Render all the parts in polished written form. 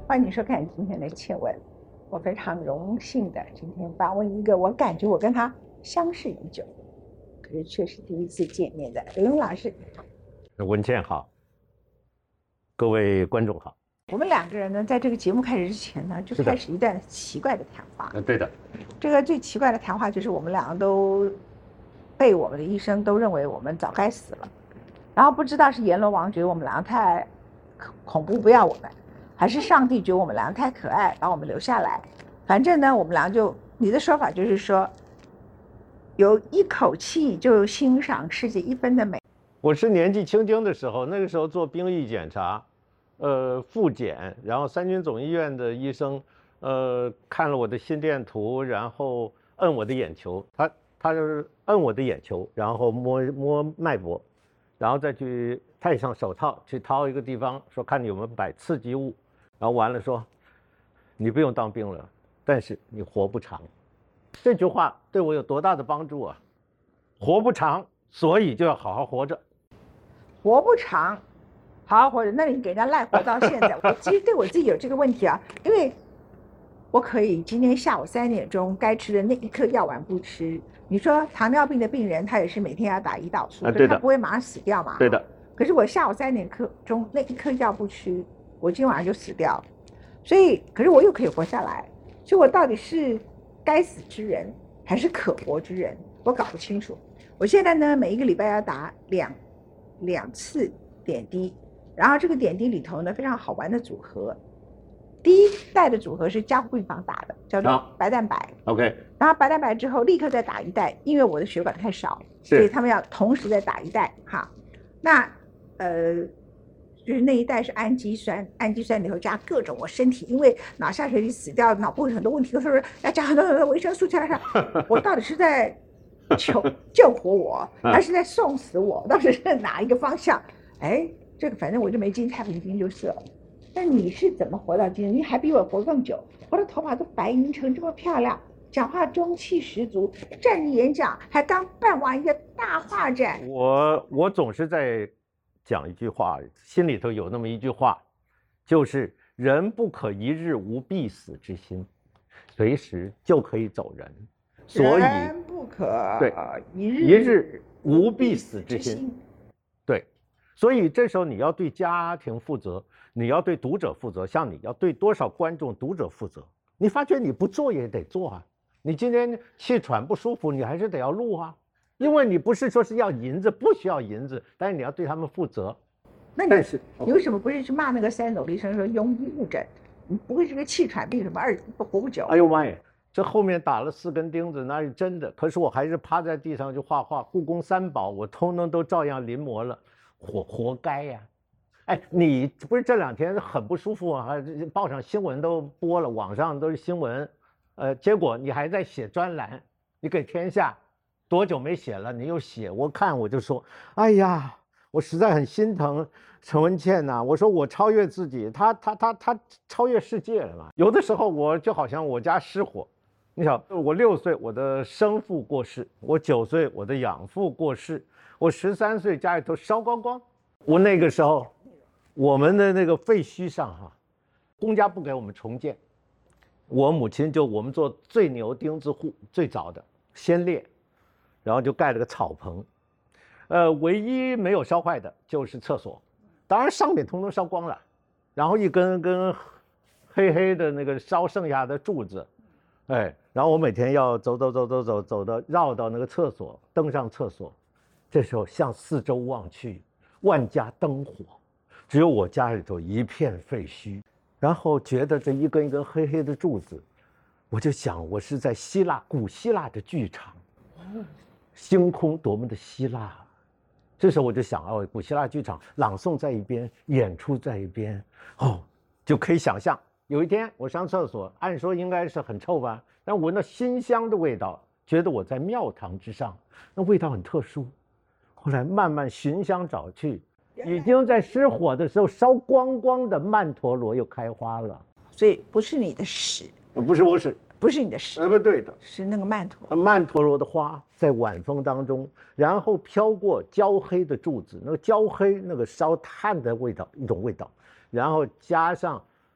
欢迎收看今天的倩闻。我非常荣幸的今天访问一个我感觉我跟他相识已久，可是却是第一次见面的刘墉老师。 文倩好，各位观众好。 我们两个人呢，在这个节目开始之前呢，就开始一段奇怪的谈话。 对的。 这个最奇怪的谈话就是我们两个都被我们的医生都认为我们早该死了，然后不知道是阎罗王觉得我们两个太恐怖不要我们，还是上帝觉得我们两个太可爱把我们留下来。反正呢，我们俩就你的说法就是说，有一口气就欣赏世界一分的美。 我是年纪轻轻的时候，那个时候做兵役检查，复检，然后三军总医院的医生，看了我的心电图，然后摁我的眼球，他就是摁我的眼球，然后摸脉搏，然后再去戴上手套去掏一个地方，说看你有没有摆刺激物，然后完了说，你不用当兵了，但是你活不长。这句话对我有多大的帮助啊？活不长，所以就要好好活着。 活不长，好好活着，那你给人家赖活到现在。我其实对我自己有这个问题啊，因为我可以今天下午3点钟该吃的那一颗药丸不吃。你说糖尿病的病人，他也是每天要打胰岛素，可是他不会马上死掉嘛？ 对的。 可是我下午3点钟那一颗药不吃，我今晚上就死掉。所以，可是我又可以活下来，所以我到底是该死之人还是可活之人，我搞不清楚。我现在呢，每一个礼拜要打两次点滴，然后这个点滴里头呢，非常好玩的组合。第一代的组合是加护病房打的，叫做白蛋白。 OK。 然后白蛋白之后立刻再打一代，因为我的血管太少，所以他们要同时再打一代。哈，那就是那一代是氨基酸，氨基酸里头加各种我身体因为脑下垂体死掉，脑部有很多问题，都是要加很多很多维生素加上。我到底是在救活我，还是在送死我？到底是哪一个方向？哎，这个反正我就没进太平间就是了。那你是怎么活到今天？你还比我活更久，我的头发都白银成这么漂亮，讲话中气十足，站着演讲还刚办完一个大画展。 我总是在讲一句话，心里头有那么一句话，就是人不可一日无必死之心，随时就可以走人。所以人不可对一日无必死之心。对，所以这时候你要对家庭负责，你要对读者负责，像你要对多少观众读者负责。你发觉你不做也得做啊，你今天气喘不舒服，你还是得要录啊，因为你不是说是要银子，不需要银子，但是你要对他们负责。 那你为什么不是去骂那个3斗医生说庸医误诊？你不会是个气喘病什么活不久？ 哎呦妈呀！这后面打了4根钉子，那是真的。可是我还是趴在地上就画画，故宫3宝我通通都照样临摹了，活该呀！哎，你不是这2天很不舒服啊？报上新闻都播了，网上都是新闻，结果你还在写专栏，你给天下多久没写了？你又写，我看我就说，哎呀，我实在很心疼陈文茜呐！我说我超越自己，他超越世界了嘛。有的时候我就好像我家失火。你想，我6岁我的生父过世，我9岁我的养父过世，我13岁家里头烧光光。我那个时候，我们的那个废墟上公家不给我们重建，我母亲我们做最牛钉子户，最早的先烈，然后就盖了个草棚，唯一没有烧坏的就是厕所，当然上面通通烧光了，然后一根根黑黑的那个烧剩下的柱子。哎，然后我每天要走到绕到那个厕所，登上厕所，这时候向四周望去，万家灯火，只有我家里头一片废墟。然后觉得这一根一根黑黑的柱子，我就想我是在古希腊的剧场，星空多么的希腊。这时候我就想古希腊剧场朗诵在一边，演出在一边，就可以想象。有一天我上厕所，按说应该是很臭吧，但闻到馨香的味道，觉得我在庙堂之上，那味道很特殊。后来慢慢寻香找去，已经在失火的时候，烧光光的曼陀罗又开花了。 所以不是你的屎， 不是我屎， 不是你的屎， 不对的， 是那个曼陀罗的花在晚风当中，然后飘过焦黑的柱子，那个焦黑那个烧炭的味道，一种味道，然后加上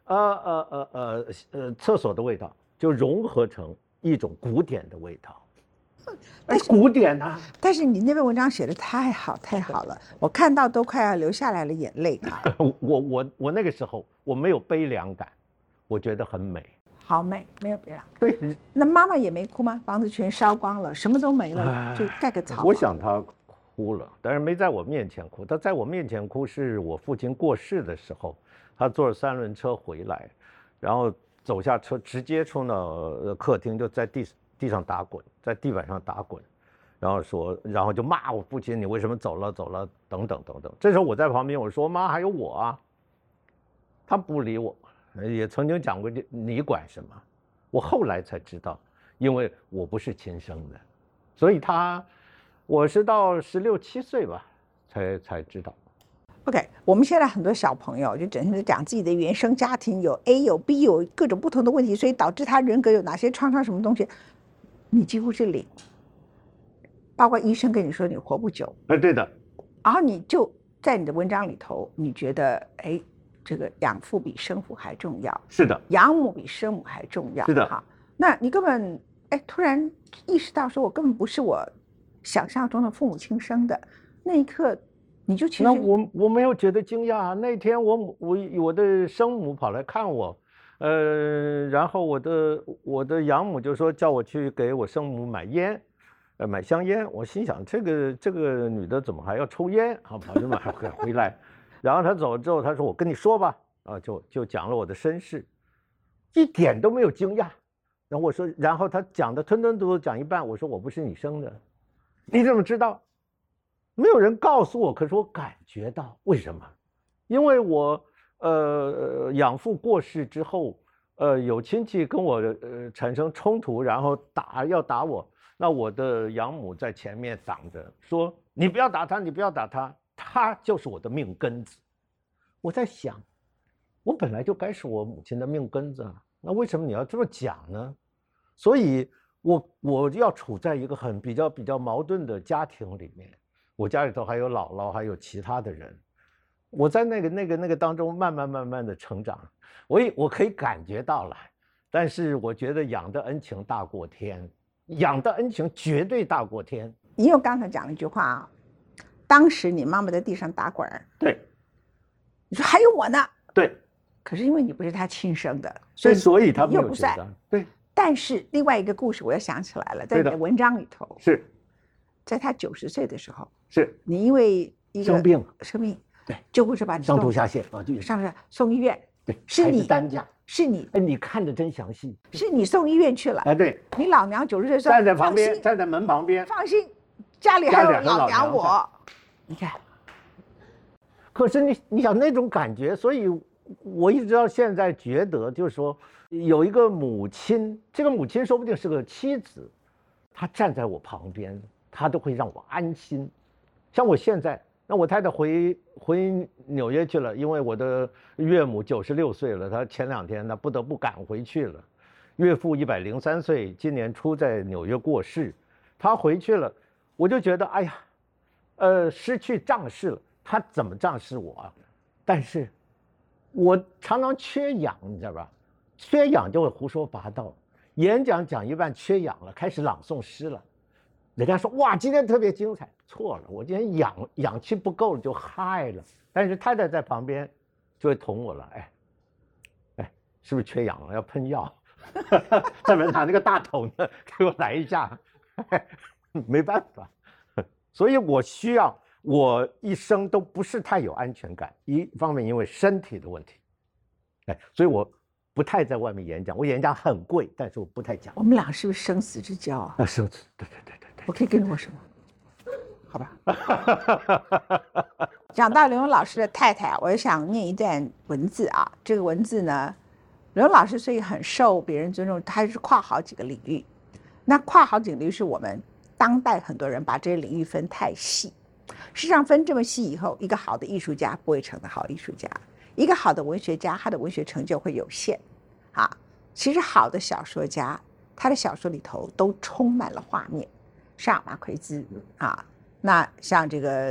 厕所的味道就融合成一种古典的味道。古典啊！ 但是你那篇文章写的太好了，我看到都快要流下来了眼泪啊！ 我那个时候我没有悲凉感，我觉得很美， 好美，没有悲凉。 对， 那妈妈也没哭吗？房子全烧光了，什么都没了，就盖个草。 我想她哭了，但是没在我面前哭。她在我面前哭是我父亲过世的时候，她坐着3轮车回来，然后走下车直接冲到客厅，就在地上打滚，在地板上打滚，然后就骂我父亲，你为什么走了等等。这时候我在旁边，我说妈还有我啊，他不理我，也曾经讲过你管什么？我后来才知道，因为我不是亲生的，所以我是到16、17岁吧才知道。 OK， 我们现在很多小朋友就整天在讲自己的原生家庭有 A 有 B 有各种不同的问题，所以导致他人格有哪些创伤什么东西。你几乎是0，包括医生跟你说你活不久， 对的。 然后你就在你的文章里头，你觉得这个养父比生父还重要， 是的， 养母比生母还重要， 是的。 好，那你根本突然意识到说我根本不是我想象中的父母亲生的，那一刻你就其实那我没有觉得惊讶。那天我的生母跑来看我。然后我的养母就说叫我去给我生母买烟，买香烟。我心想这个女的怎么还要抽烟啊？跑去买回来，然后她走了之后，她说我跟你说吧，就讲了我的身世，一点都没有惊讶。然后我说，然后她讲的吞吞吐吐讲一半，我说我不是你生的，你怎么知道？没有人告诉我，可是我感觉到，为什么？因为我。养父过世之后，有亲戚跟我产生冲突，然后要打我，那我的养母在前面挡着，说你不要打他，你不要打他，他就是我的命根子。我在想，我本来就该是我母亲的命根子啊，那为什么你要这么讲呢？所以我要处在一个比较矛盾的家庭里面，我家里头还有姥姥，还有其他的人。我在那个当中慢慢的成长，我可以感觉到了，但是我觉得养的恩情大过天，养的恩情绝对大过天。 你又刚才讲了一句话啊，当时你妈妈在地上打滚， 对， 你说还有我呢， 对， 可是因为你不是他亲生的， 所以他没有又不算， 对。 但是另外一个故事我又想起来了，在你的文章里头， 是在他90岁的时候， 是你因为一个生病。 对，救护车把你上吐下泻啊， 送医院。 对， 是你担架， 是你。 你看得真详细。 是你送医院去了。 对。 你老娘90岁说站在旁边，站在门旁边， 放心，家里还有老娘我。你看。 可是你想那种感觉，所以我一直到现在觉得，就是说有一个母亲，这个母亲说不定是个妻子，她站在我旁边，她都会让我安心。像我现在。那我太太回纽约去了，因为我的岳母96岁了，她前2天不得不赶回去了。岳父103岁，今年初在纽约过世，他回去了，我就觉得哎呀，失去仗势了。他怎么仗势我啊？但是，我常常缺氧，你知道吧？缺氧就会胡说八道，演讲讲一半缺氧了，开始朗诵诗了。人家说哇，今天特别精彩，错了，我今天氧气不够了就嗨了。但是太太在旁边就会捅我了，是不是缺氧了？要喷药？再没拿那个大桶的给我来一下，没办法。所以我需要，我一生都不是太有安全感，一方面因为身体的问题，所以我不太在外面演讲，我演讲很贵，但是我不太讲。 我们俩是不是生死之交啊？ 生死，对。 我可以跟你说什么？好吧。讲到刘墉老师的太太，我想念一段文字啊。这个文字呢，刘墉老师所以很受别人尊重，他是跨好几个领域。那跨好几个领域是我们当代很多人把这些领域分太细。事实上分这么细以后，一个好的艺术家不会成为好艺术家，一个好的文学家他的文学成就会有限啊。其实好的小说家，他的小说里头都充满了画面。像马奎兹啊，那像这个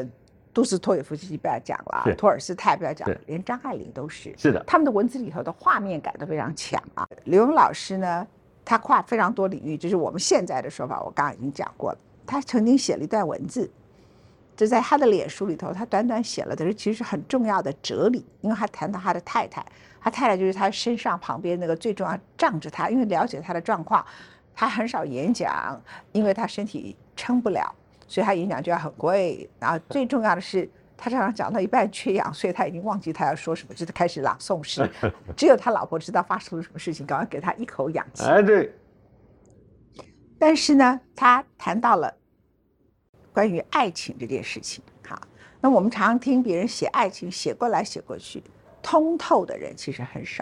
杜斯托也夫斯基不要讲了，托尔斯泰不要讲，连张爱玲都是。 是的， 他们的文字里头的画面感都非常强啊。刘墉老师呢，他跨非常多领域，这是我们现在的说法，我刚刚已经讲过了。他曾经写了一段文字，就在他的脸书里头，他短短写了，但是其实是很重要的哲理，因为他谈到他的太太，他太太就是他身上旁边那个最重要仗着他，因为了解他的状况，他很少演讲，因为他身体撑不了，所以他演讲就要很贵。然后最重要的是，他常常讲到一半缺氧，所以他已经忘记他要说什么，就是开始朗诵诗。只有他老婆知道发生了什么事情，赶快给他一口氧气。 哎，对。 但是呢，他谈到了关于爱情这件事情。好，那我们常常听别人写爱情，写过来写过去，通透的人其实很少。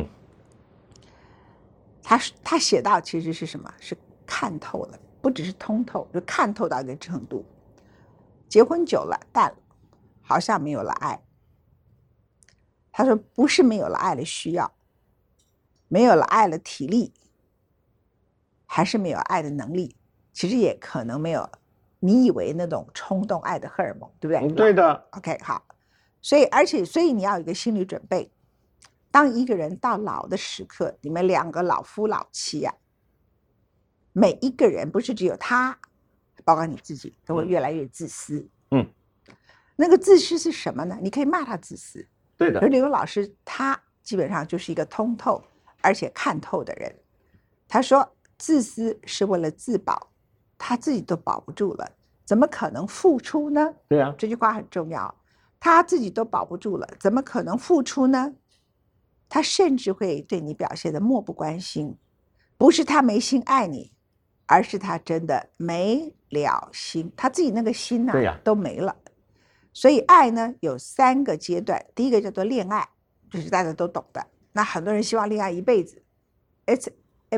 他写到其实是什么？是看透了，不只是通透，就看透到一个程度。结婚久了淡了，好像没有了爱。他说不是没有了爱的需要，没有了爱的体力，还是没有爱的能力，其实也可能没有你以为那种冲动爱的荷尔蒙，对不对？ 对的。 OK， 好。所以你要有一个心理准备，当一个人到老的时刻，你们两个老夫老妻啊，每一个人不是只有他，包括你自己，都会越来越自私。那个自私是什么呢？你可以骂他自私， 对的。 而刘墉老师他基本上就是一个通透而且看透的人。他说自私是为了自保，他自己都保不住了，怎么可能付出呢？ 对啊， 这句话很重要。他自己都保不住了，怎么可能付出呢？他甚至会对你表现得漠不关心，不是他没心爱你，而是他真的没了心，他自己那个心呢，都没了。所以爱呢有3个阶段，第一个叫做恋爱，就是大家都懂的。那很多人希望恋爱一辈子 ，It's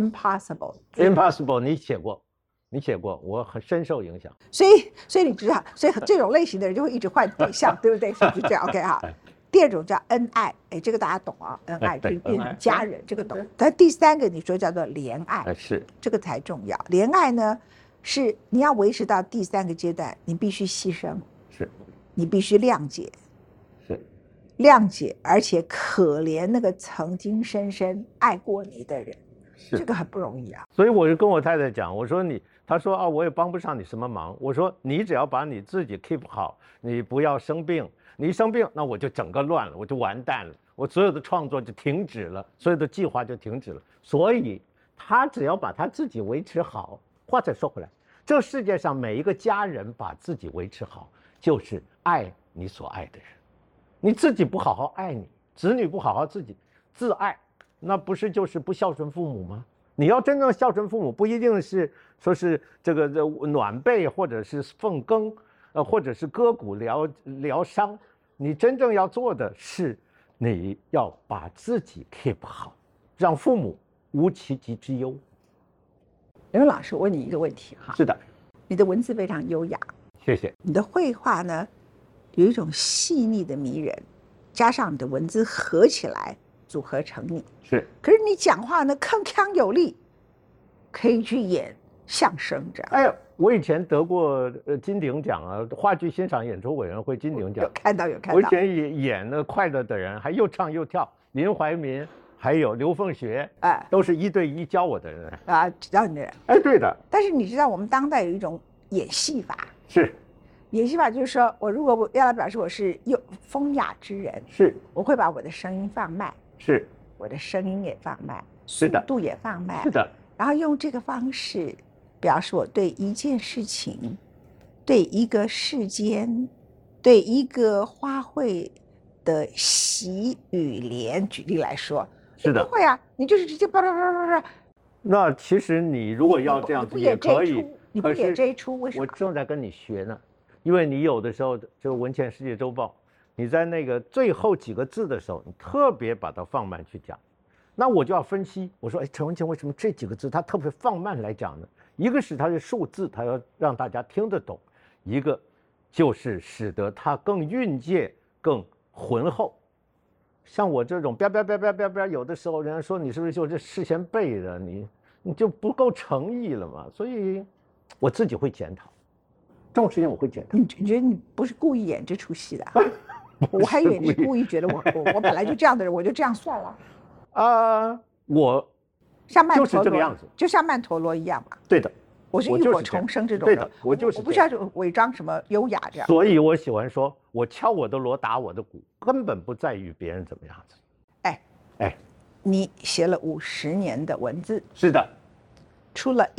impossible。 你写过，我很深受影响。 所以你知道，所以这种类型的人就会一直换对象，对不对？是不是这样 ？OK 哈。第2种叫恩爱，这个大家懂啊，恩爱就是变成家人，这个懂。但第3个你说叫做怜爱， 是这个才重要。怜爱呢，是你要维持到第3个阶段，你必须牺牲， 是， 你必须谅解， 是， 谅解，而且可怜那个曾经深深爱过你的人，这个很不容易啊。 所以我就跟我太太讲，我说他说啊，我也帮不上你什么忙。我说你只要把你自己 keep 好，你不要生病。你一生病，那我就整个乱了，我就完蛋了，我所有的创作就停止了，所有的计划就停止了。所以他只要把他自己维持好。话再说回来，这世界上每一个家人把自己维持好，就是爱你所爱的人。你自己不好好爱你，子女不好好自爱，那不是就是不孝顺父母吗？你要真正孝顺父母，不一定是说是这个暖被或者是奉羹，或者是割骨疗伤。你真正要做的是，你要把自己 keep 好，让父母无其疾之忧。 刘老师，我问你一个问题哈。 是的。 你的文字非常优雅， 谢谢。 你的绘画呢，有一种细腻的迷人，加上你的文字合起来，组合成你。 是。 可是你讲话呢，铿锵有力，可以去演相声这样。 哎呀，我以前得过金鼎奖啊，话剧欣赏演出委员会金鼎奖。 有看到。 我以前演那快乐的人，还又唱又跳，林怀民还有刘凤学，都是1对1教我的人啊，教你的人。 对的。 但是你知道，我们当代有一种演戏法， 是演戏法就是说，我如果要来表示我是风雅之人， 是我会把我的声音放慢， 是我的声音也放慢，速度也放慢， 是的。 然后用这个方式表示我对一件事情、对一个世间、对一个花卉的喜与怜。举例来说， 是的， 不会啊，你就是直接叭叭叭叭叭。 那其实你如果要这样子也可以， 你不演这一出，为什么？ 我正在跟你学呢，因为你有的时候这个《文茜世界周报》，你在那个最后几个字的时候，你特别把它放慢去讲，那我就要分析。我说，陈文茜为什么这几个字他特别放慢来讲呢？一个是它的数字，它要让大家听得懂；一个就是使得它更蕴藉、更浑厚。像我这种啪，有的时候人家说你是不是就是事先背的，你就不够诚意了嘛。所以我自己会检讨。 这种事情我会剪掉。 你觉得你不是故意演这出戏的？我还以为你是故意觉得我本来就这样的人，我就这样算了。 我像曼陀罗就是这个样子， 就像曼陀罗一样嘛。 对的， 我是浴火重生这种人。 对的，我就是。 我不需要伪装什么优雅这样。 所以我喜欢说，我敲我的锣，打我的鼓，根本不在于别人怎么样子。哎， 你写了50年的文字， 是的， 出了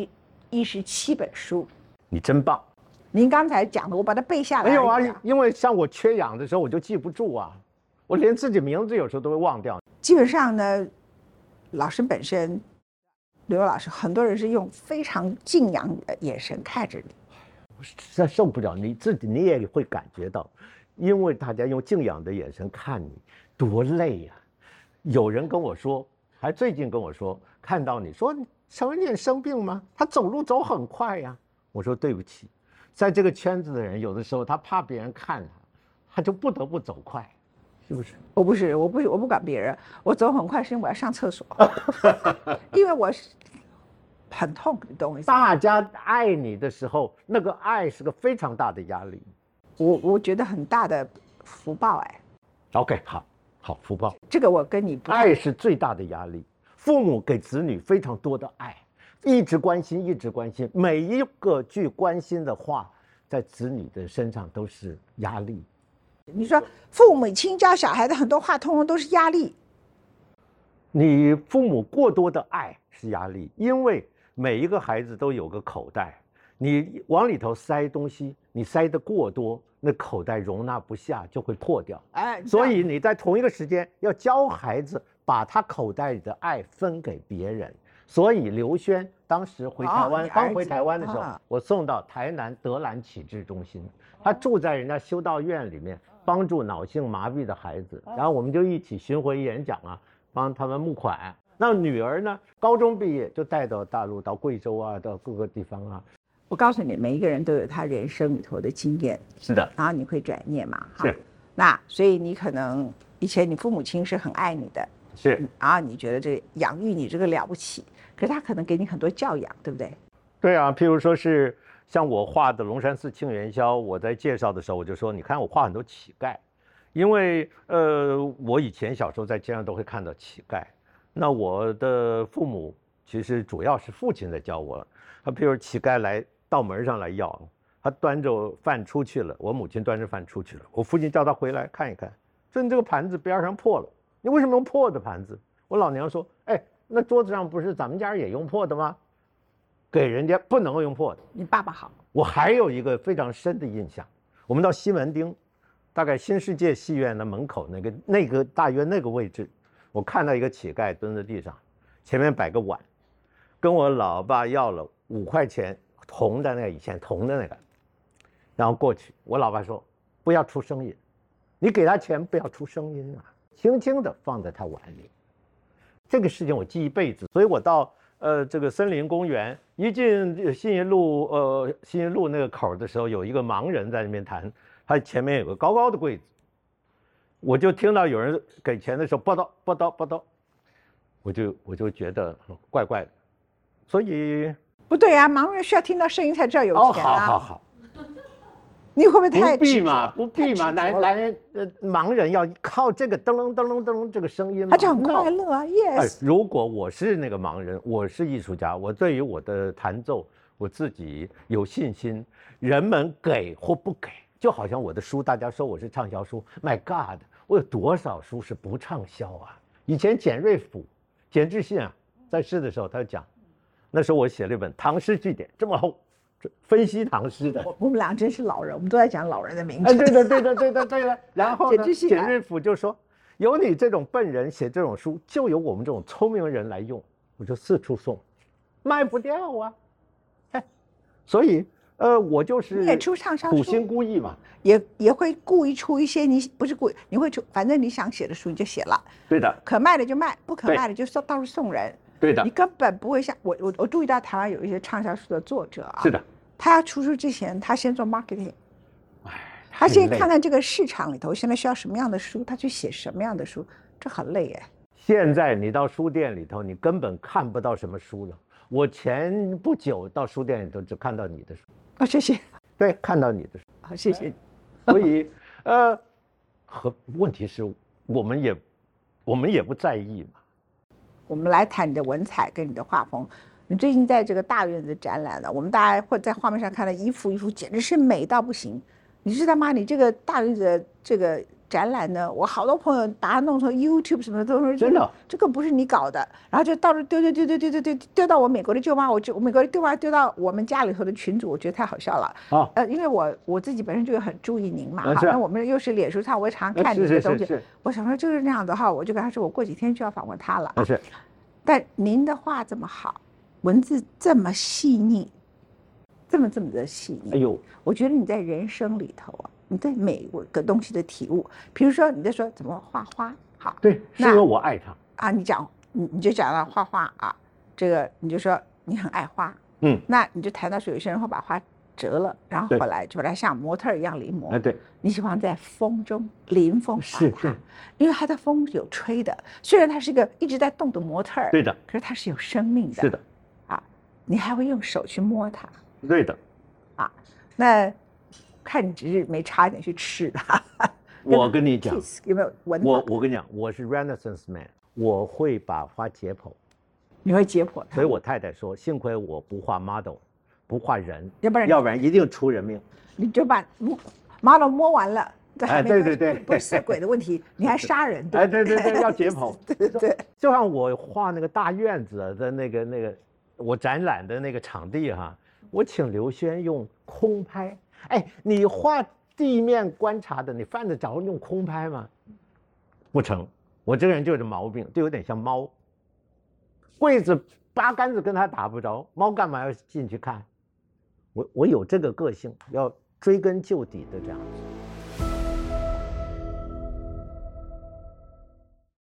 117本书， 你真棒。 您刚才讲的，我把它背下来。 没有啊，因为像我缺氧的时候，我就记不住啊，我连自己名字有时候都会忘掉。 基本上呢，老师本身，刘老师，很多人是用非常敬仰的眼神看着你， 我实在受不了，你自己你也会感觉到，因为大家用敬仰的眼神看你，多累呀。有人跟我说，还最近跟我说，看到你说陈文健生病吗？他走路走很快呀。我说对不起，在这个圈子的人，有的时候他怕别人看他就不得不走快，是不是？ 我不管别人，我走很快是因为我要上厕所，因为我是很痛，你懂我意思？ 大家爱你的时候，那个爱是个非常大的压力。 我觉得很大的福报哎。 OK， 好，福报。 这个我跟你不。 爱是最大的压力，父母给子女非常多的爱，一直关心，一直关心，每一个句关心的话，在子女的身上都是压力。 你说父母亲教小孩的很多话，通通都是压力。 你父母过多的爱是压力，因为每一个孩子都有个口袋，你往里头塞东西，你塞得过多，那口袋容纳不下，就会破掉。所以你在同一个时间要教孩子把他口袋里的爱分给别人。所以刘轩当时回台湾，刚回台湾的时候，我送到台南德兰启智中心，他住在人家修道院里面，帮助脑性麻痹的孩子。然后我们就一起巡回演讲啊，帮他们募款。那女儿呢，高中毕业就带到大陆，到贵州啊，到各个地方啊。 我告诉你，每一个人都有他人生里头的经验， 是的， 然后你会转念嘛？ 是。 那所以你可能以前你父母亲是很爱你的， 是， 然后你觉得这养育你这个了不起，可是他可能给你很多教养，对不对？ 对啊，譬如说是像我画的龙山寺庆元宵，我在介绍的时候我就说，你看我画很多乞丐，因为我以前小时候在街上都会看到乞丐，那我的父母其实主要是父亲在教我，他譬如乞丐来到门上来要，他端着饭出去了，我母亲端着饭出去了，我父亲叫他回来看一看，说你这个盘子边上破了，你为什么用破的盘子？我老娘说，哎，那桌子上不是咱们家也用破的吗？给人家不能用破的。 你爸爸好。 我还有一个非常深的印象，我们到西门町，大概新世界戏院的门口那个大约那个位置，我看到一个乞丐蹲在地上，前面摆个碗，跟我老爸要了5块钱铜的那个，以前铜的那个，然后过去，我老爸说不要出声音，你给他钱不要出声音啊，轻轻地放在他碗里。这个事情我记一辈子，所以我到这个森林公园一进信义路那个口的时候，有一个盲人在那边弹，他前面有个高高的柜子，我就听到有人给钱的时候，报道报道报道，我就觉得怪怪的，所以不对啊，盲人需要听到声音才知道有钱啊。 好。 你会不会太不必嘛？盲人要靠这个噔噔噔噔噔这个声音嘛， 他就很快乐啊。Yes。 如果我是那个盲人，我是艺术家，我对于我的弹奏，我自己有信心。人们给或不给，就好像我的书，大家说我是畅销书 ，My God， 我有多少书是不畅销啊？以前简志信啊，在世的时候，他就讲，那时候我写了一本《唐诗句点》，这么厚。分析唐诗的， 我们俩真是老人，我们都在讲老人的名字。 对的。然后呢，简瑞甫就说，有你这种笨人写这种书，就有我们这种聪明人来用，我就四处送，卖不掉啊。所以我就是你也出畅销书， 苦心孤诣嘛， 也会故意出一些你不是故意，你会出，反正你想写的书你就写了。 对的， 可卖的就卖，不可卖的就到处送人。 对的， 你根本不会像我注意到台湾有一些畅销书的作者啊， 是的， 他要出书之前，他先做 marketing， 他先看看这个市场里头现在需要什么样的书，他去写什么样的书，这很累哎。 现在你到书店里头，你根本看不到什么书了。我前不久到书店里头只看到你的书。 谢谢。 对，看到你的时好，谢谢。 候，所以和问题是我们也不在意嘛。 我们来谈你的文采跟你的画风。你最近在这个大院子展览了，我们大家会在画面上看到一幅一幅，简直是美到不行。你知道吗？你这个大院子的这个展览呢，我好多朋友把它弄成 YouTube 什么的，都说真的这个不是你搞的，然后就到处丢到我美国的舅妈，我美国的舅妈丢到我们家里头的群组，我觉得太好笑了。因为我自己本身就很注意您嘛，那我们又是脸书上，我也常看你的东西，我想说就是那样的哈，我就跟他说，我过几天就要访问他了。 是， 但您的话这么好，文字这么细腻，这么的细腻， 哎呦， 我觉得你在人生里头啊，你对每个东西的体悟，比如说你在说怎么画花，好， 对，是因为我爱它啊，你就讲到画花啊，这个你就说你很爱花，那你就谈到说有些人会把花折了，然后后来就把它像模特一样临摹， 对， 你喜欢在风中临风画它， 是， 因为它的风有吹的，虽然它是一个一直在动的模特， 对的， 可是它是有生命的， 是的， 啊，你还会用手去摸它， 对的， 啊，那看你只是没差一点去吃它。 我跟你讲， 有没有闻？ 我跟你讲，我是 Renaissance man， 我会把花解剖。 你会解剖它？ 所以我太太说，幸亏我不画 model， 不画人， 要不然一定出人命。 你就把 model 摸完了， 对， 不是色鬼的问题，你还杀人， 对，要解剖。 对， 就像我画那个大院子的那个我展览的那个场地哈，我请刘轩用空拍。哎，你画地面观察的，你犯得着用空拍吗？不成，我这个人就有这毛病，就有点像猫。柜子八竿子跟他打不着，猫干嘛要进去看？我有这个个性，要追根究底的这样子。